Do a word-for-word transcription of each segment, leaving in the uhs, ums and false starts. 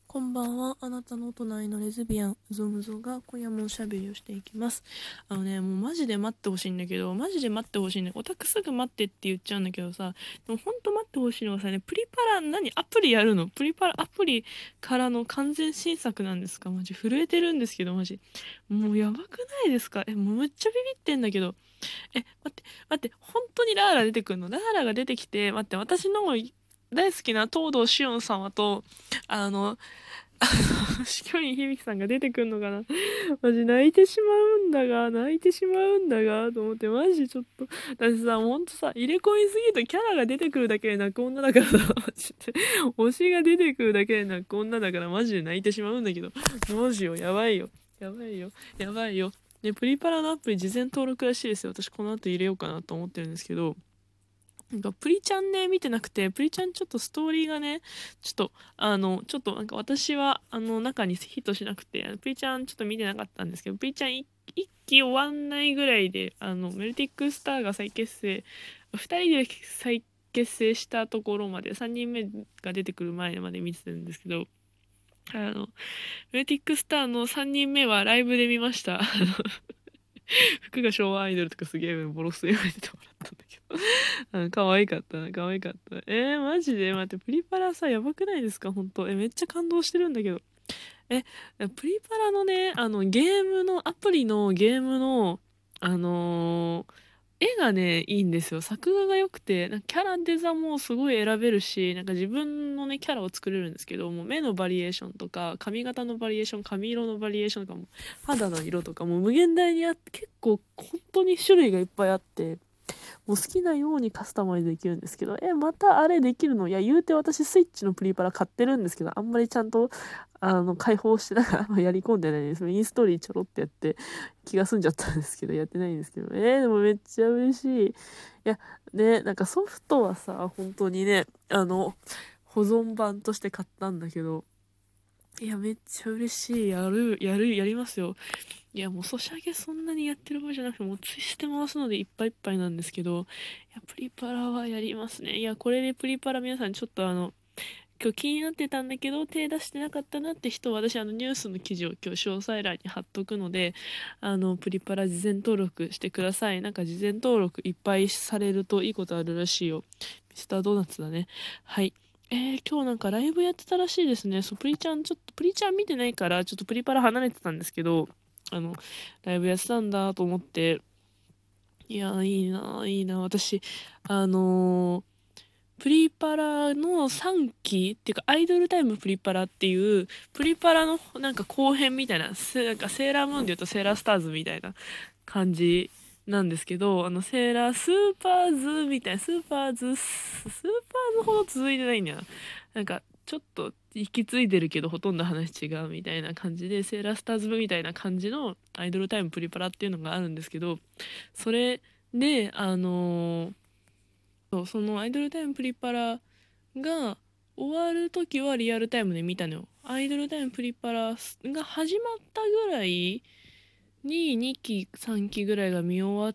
こんばんは。あなたの隣のレズビアン、ゾムゾが今夜もおしゃべりをしていきます。あのね、もうマジで待ってほしいんだけど、マジで待ってほしいんだけど、オタクすぐ待ってって言っちゃうんだけどさ、でもほんと待ってほしいのがさ、ね、プリパラ、何アプリやるのプリパラアプリからの完全新作なんですか？マジ震えてるんですけど、マジ。もうやばくないですか？え、もうめっちゃビビってんだけど。え、待って、待って、本当にラーラ出てくるの？ラーラが出てきて、待って、私の大好きな東堂しおん様と、あの、しきょに響さんが出てくんのかな。マジ泣いてしまうんだが、泣いてしまうんだが、と思って、マジちょっと、私さ、ほんとさ、入れ込みすぎるとキャラが出てくるだけで泣く女だからさ、マジで、推しが出てくるだけで泣く女だから、マジで泣いてしまうんだけど、どうしよう、やばいよ、やばいよ、やばいよ。で、プリパラのアプリ事前登録らしいですよ。私この後入れようかなと思ってるんですけど、なんかプリちゃんね、見てなくて、プリちゃんちょっとストーリーがね、ちょっと、あの、ちょっとなんか私は、あの、中にヒットしなくて、プリちゃんちょっと見てなかったんですけど、プリちゃん一一期終わんないぐらいで、あの、メルティックスターが再結成、二人で再結成したところまで、三人目が出てくる前まで見てたんですけど、あの、メルティックスターの三人目はライブで見ました。あの服が昭和アイドルとかすげえボロクソ言われててもらったんだけど。あの可愛かったな、可愛かった。えー、マジで待って、プリパラさ、やばくないですか本当え、めっちゃ感動してるんだけど。え、プリパラのね、あの、ゲームの、アプリのゲームの、あのー絵がね、いいんですよ。作画が良くて、なんかキャラデザもすごい選べるし、なんか自分のね、キャラを作れるんですけど、もう目のバリエーションとか、髪型のバリエーション、髪色のバリエーションとかも、肌の色とかも無限大にあって、結構本当に種類がいっぱいあって、もう好きなようにカスタマイズできるんですけど、え、またあれできるの？いや、言うて私スイッチのプリパラ買ってるんですけど、あんまりちゃんと、あの、開放してながらやり込んでないんです。インストーリーちょろってやって気が済んじゃったんですけど、やってないんですけど、えー、でもめっちゃ嬉しい。いや、ね、なんかソフトはさ、本当にね、あの、保存版として買ったんだけど、いや、めっちゃ嬉しい。やる、やる、やりますよ。いや、もうソシャゲそんなにやってる場合じゃなくて、もうツイステ回すのでいっぱいいっぱいなんですけど、いや、プリパラはやりますね。いや、これでプリパラ皆さんちょっとあの、今日気になってたんだけど、手出してなかったなって人は、私あのニュースの記事を今日詳細欄に貼っとくので、あの、プリパラ事前登録してください。なんか事前登録いっぱいされるといいことあるらしいよ。ミスタードーナツだね。はい。えー、今日なんかライブやってたらしいですね。そう、プリちゃん、ちょっと、プリちゃん見てないから、ちょっとプリパラ離れてたんですけど、あの、ライブやってたんだと思って、いや、いいな、いいな。私、あのープリパラのさんきっていうか、アイドルタイムプリパラっていう、プリパラのなんか後編みたいな、せなんかセーラームーンで言うとセーラースターズみたいな感じなんですけど、あの、セーラースーパーズみたいな、スーパーズ、スーパーズほど続いてないんだよな。なんか、ちょっと引き継いでるけどほとんど話違うみたいな感じで、セーラースターズ部みたいな感じのアイドルタイムプリパラっていうのがあるんですけど、それで、あのーそう、そのアイドルタイムプリパラが終わる時はリアルタイムで見たのよ。アイドルタイムプリパラが始まったぐらいににきさんきぐらいが見終わって、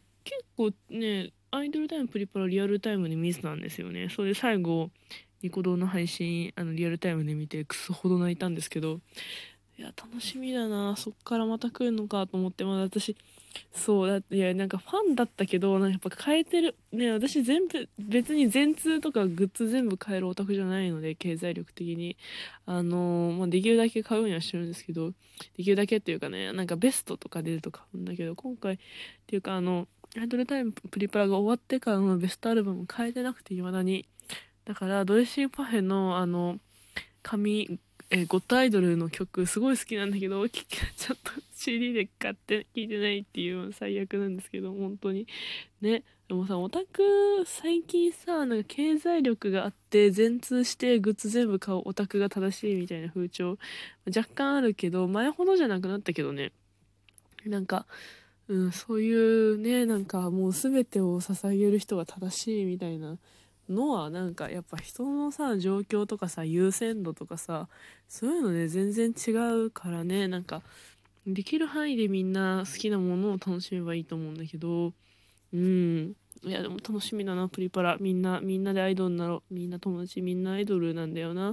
結構ね、アイドルタイムプリパラリアルタイムで見てたんですよね。それで最後ニコ動の配信あのリアルタイムで見てクソほど泣いたんですけど、いや楽しみだな、そっからまた来るのかと思って。まだ私、そうだって、いやなんかファンだったけど、なんかやっぱ変えてるね。私全部別に全通とかグッズ全部買えるオタクじゃないので、経済力的にあのーまあ、できるだけ買うようにはしてるんですけど、できるだけっていうかね、なんかベストとか出ると買うんだけど、今回っていうか、あのアイドルタイムプリプラが終わってからのベストアルバム変えてなくて、未だに。だからドレッシーパフェのあの紙、えーゴッドアイドルの曲すごい好きなんだけど、ちょっと シーディー で買って聴いてないっていう最悪なんですけど、本当にね。でもさ、オタク最近さ、なんか経済力があって全通してグッズ全部買うオタクが正しいみたいな風潮若干あるけど、前ほどじゃなくなったけどね。なんか、うん、そういうね、なんかもう全てを捧げる人が正しいみたいなのは、なんかやっぱ人のさ、状況とかさ、優先度とかさ、そういうので全然違うからね。なんかできる範囲でみんな好きなものを楽しめばいいと思うんだけど、うん。いやでも楽しみだな、プリパラ。みんなみんなでアイドルになろう。みんな友達みんなアイドルなんだよな。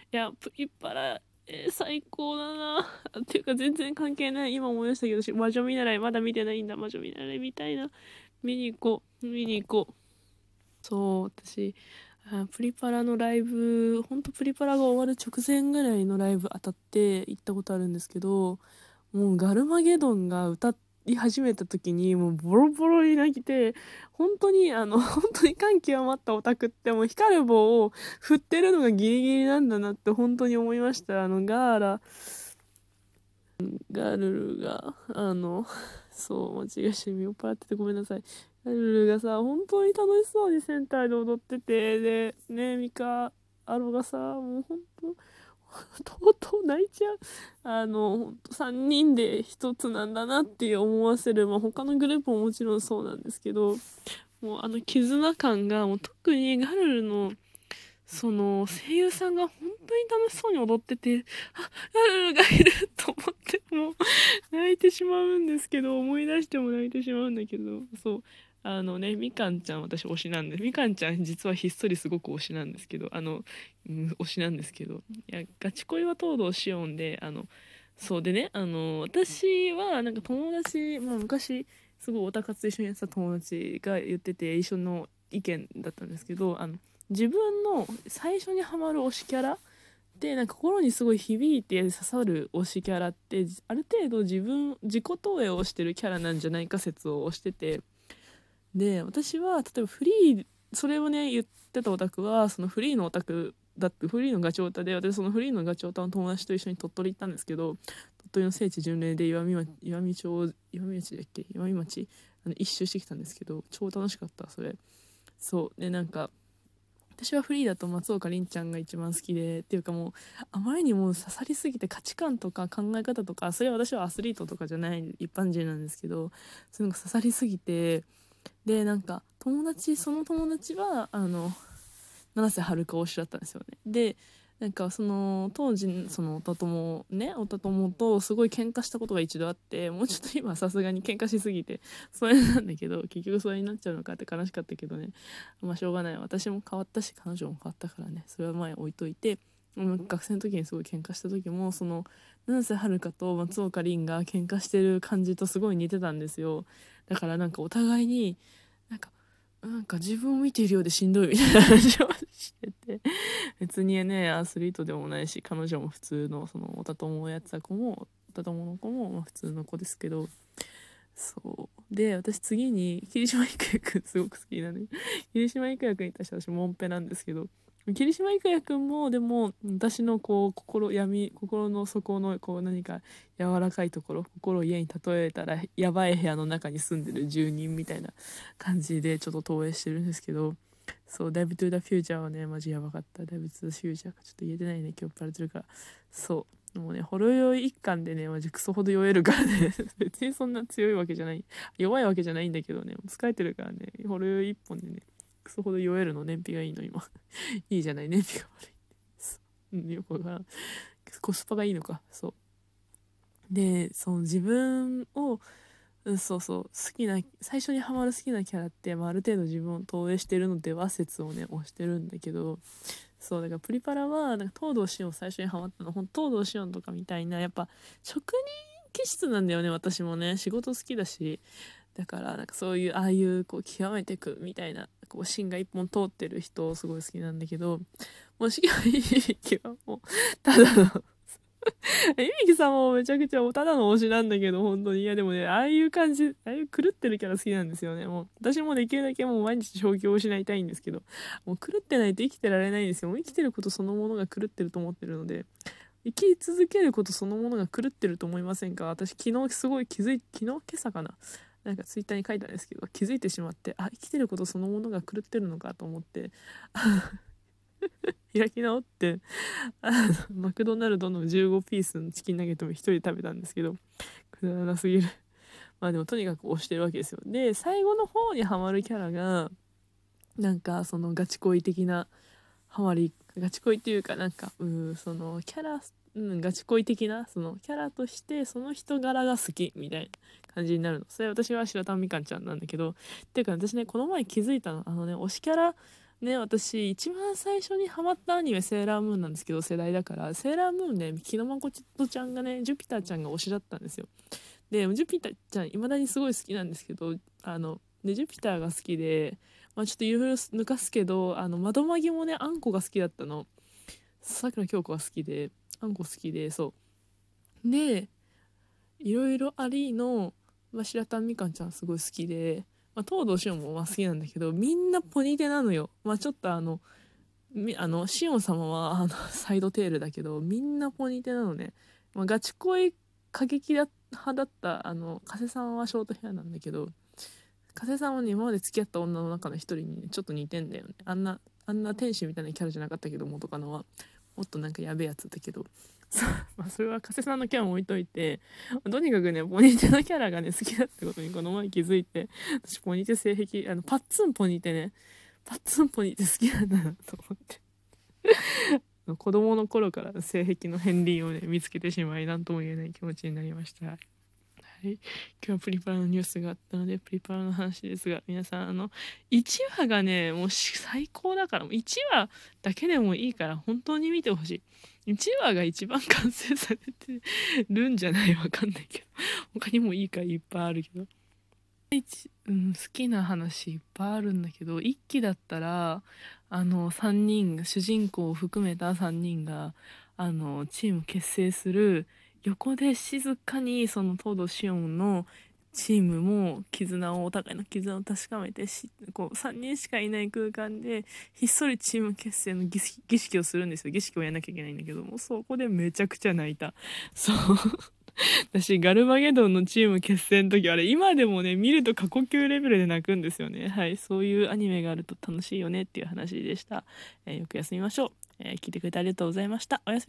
いやプリパラ、えー最高だな。っていうか全然関係ない。今思い出したけど、私魔女見習いまだ見てないんだ。魔女見習い見たいな。見に行こう。見に行こう。そう、私、あプリパラのライブ、ほんとプリパラが終わる直前ぐらいのライブ当たって行ったことあるんですけど、もうガルマゲドンが歌い始めた時にもうボロボロに泣きて、本当にあの、本当に感極まったオタクってもう光る棒を振ってるのがギリギリなんだなって本当に思いました。あの、ガーラ、ガルルが、あの、そう、間違えして酔っ払っててごめんなさい。ガルルがさ、本当に楽しそうにセンターで踊ってて、で、ね、ミカ、アロがさ、もう本当、とうとう泣いちゃう。あの、ほんとさんにんで一つなんだなって思わせる、まあ、他のグループももちろんそうなんですけど、もうあの絆感が、もう特にガルルの、その声優さんが本当に楽しそうに踊ってて、あ、ガルルがいると思って、もう泣いてしまうんですけど、思い出しても泣いてしまうんだけど、そう。あのね、みかんちゃん私推しなんで、みかんちゃん実はひっそりすごく推しなんですけど、あの、うん、推しなんですけど、いや、ガチ恋は東堂シオンで、あの、そうでね、あの、私はなんか友達、もう昔、すごいオタ活一緒にやってた友達が言ってて、一緒の意見だったんですけど、あの、自分の最初にハマる推しキャラでなんか心にすごい響いて刺さる推しキャラってある程度自分自己投影をしてるキャラなんじゃないか説を推してて、で私は例えばフリーそれをね言ってたオタクはそのフリーのオタクだってフリーのガチオタで、私そのフリーのガチオタの友達と一緒に鳥取行ったんですけど、鳥取の聖地巡礼で岩見町岩見町岩見町だっけ岩見町あの一周してきたんですけど、超楽しかったそれ。そうでなんか私はフリーだと松岡凛ちゃんが一番好きで、っていうかもうあまりにも刺さりすぎて価値観とか考え方とか、それは私はアスリートとかじゃない一般人なんですけど、そういうのが刺さりすぎて、でなんか友達その友達はあの七瀬遥香推しだったんですよね。でなんかその当時その弟もね弟とすごい喧嘩したことが一度あって、もうちょっと今さすがに喧嘩しすぎてそれなんだけど、結局それになっちゃうのかって悲しかったけどね、まあしょうがない、私も変わったし彼女も変わったからね、それは前置いといて、学生の時にすごい喧嘩した時もその七瀬遥香と松岡凛が喧嘩してる感じとすごい似てたんですよ。だからなんかお互いになんかなんか自分を見ているようでしんどいみたいな話をしてて、別にねアスリートでもないし彼女も普通のそのおたともをやってた子もおたともの子もまあ普通の子ですけど、そうで私次に桐島育也くんすごく好きなのに桐島育也くんに対して私モンペなんですけど、桐島育也くんもでも私のこう心闇心の底のこう何か柔らかいところ、心を家に例えたらやばい部屋の中に住んでる住人みたいな感じでちょっと投影してるんですけど、そうダイブトゥーダフューチャーはねマジやばかった。ダイブトゥーダフューチャーかちょっと言えてないね今日パラてるから。そうもうねほろ酔い一貫でねマジクソほど酔えるからね別にそんな強いわけじゃない弱いわけじゃないんだけどね、疲れてるからねほろ酔い一本でねクソほど酔えるの。燃費がいいの今いいじゃない、燃費が悪い。そう、うん、よくわからん。コスパがいいのか。そうでその自分をうん、そうそう好きな最初にハマる好きなキャラって、まあ、ある程度自分を投影してるのでは説をね推してるんだけど、そうだからプリパラはなんか東堂シオン最初にハマったの、ほん東堂シオンとかみたいなやっぱ職人気質なんだよね。私もね仕事好きだし、だからなんかそういうああいうこう極めていくみたいなこう芯が一本通ってる人すごい好きなんだけど、もうしげはもうただのゆみきさんもめちゃくちゃただの推しなんだけど、本当に。いやでもね、ああいう感じ、ああいう狂ってるキャラ好きなんですよね。もう、私もできるだけもう毎日消去を失いたいんですけど、もう狂ってないと生きてられないんですよ。もう生きてることそのものが狂ってると思ってるので、生き続けることそのものが狂ってると思いませんか？私昨日すごい気づい、昨日今朝かななんかツイッターに書いたんですけど、気づいてしまって、あ、生きてることそのものが狂ってるのかと思って、開き直ってあのマクドナルドのじゅうごピースのチキンナゲットも一人で食べたんですけど、くだらなすぎる。まあでもとにかく推してるわけですよ。で最後の方にハマるキャラがなんかそのガチ恋的なハマり、ガチ恋っていうかなんかうそのキャラ、うん、ガチ恋的なそのキャラとしてその人柄が好きみたいな感じになるの。それ私は白玉みかんちゃんなんだけど、っていうか私ねこの前気づいたの、あのね推しキャラね、私一番最初にハマったアニメセーラームーンなんですけど、世代だからセーラームーンね、木野真子ちゃんがね、ジュピターちゃんが推しだったんですよ。でジュピターちゃんいまだにすごい好きなんですけど、あのでジュピターが好きで、まあ、ちょっといろいろ抜かすけど、あの窓マギもね、あんこが好きだったの。さくら京子が好きで、あんこ好きで、そうでいろいろありの、まあ、白玉みかんちゃんすごい好きで、まあ、東堂しおんもまあ好きなんだけど、みんなポニテなのよ。まあちょっとあのみあのしおん様はあのサイドテールだけど、みんなポニテなのね。まあ、ガチ恋過激だ派だったあの加瀬さんはショートヘアなんだけど、加瀬さんはね、今まで付き合った女の中の一人にねちょっと似てんだよね。あんなあんな天使みたいなキャラじゃなかったけど、元カノはもっとなんかやべえやつだけど、まあそれは加瀬さんのキャラも置いといて、とにかくねポニテのキャラがね好きだってことにこの前気づいて、私ポニテ性癖、あのパッツンポニテね、パッツンポニテ好きなんだなと思って子供の頃から性癖の片鱗をね見つけてしまい、何とも言えない気持ちになりました。はい、今日はプリパラのニュースがあったのでプリパラの話ですが、皆さんあのいちわがねもう最高だから、もういちわだけでもいいから本当に見てほしい。いちわが一番完成されてるんじゃない、わかんないけど他にもいい回いっぱいあるけど、うん、好きな話いっぱいあるんだけど、いっきだったらあのさんにん、主人公を含めたさんにんがあのチーム結成する、横で静かにその東堂シオンのチームも絆を、お互いの絆を確かめてし、こうさんにんしかいない空間でひっそりチーム結成の儀式儀式をするんですよ。儀式をやんなきゃいけないんだけども、そこでめちゃくちゃ泣いた。そう私ガルマゲドンのチーム結成の時、あれ今でもね見ると過呼吸レベルで泣くんですよね。はい、そういうアニメがあると楽しいよねっていう話でした。えーよく休みましょう。えー聞いてくれてありがとうございました。おやすみ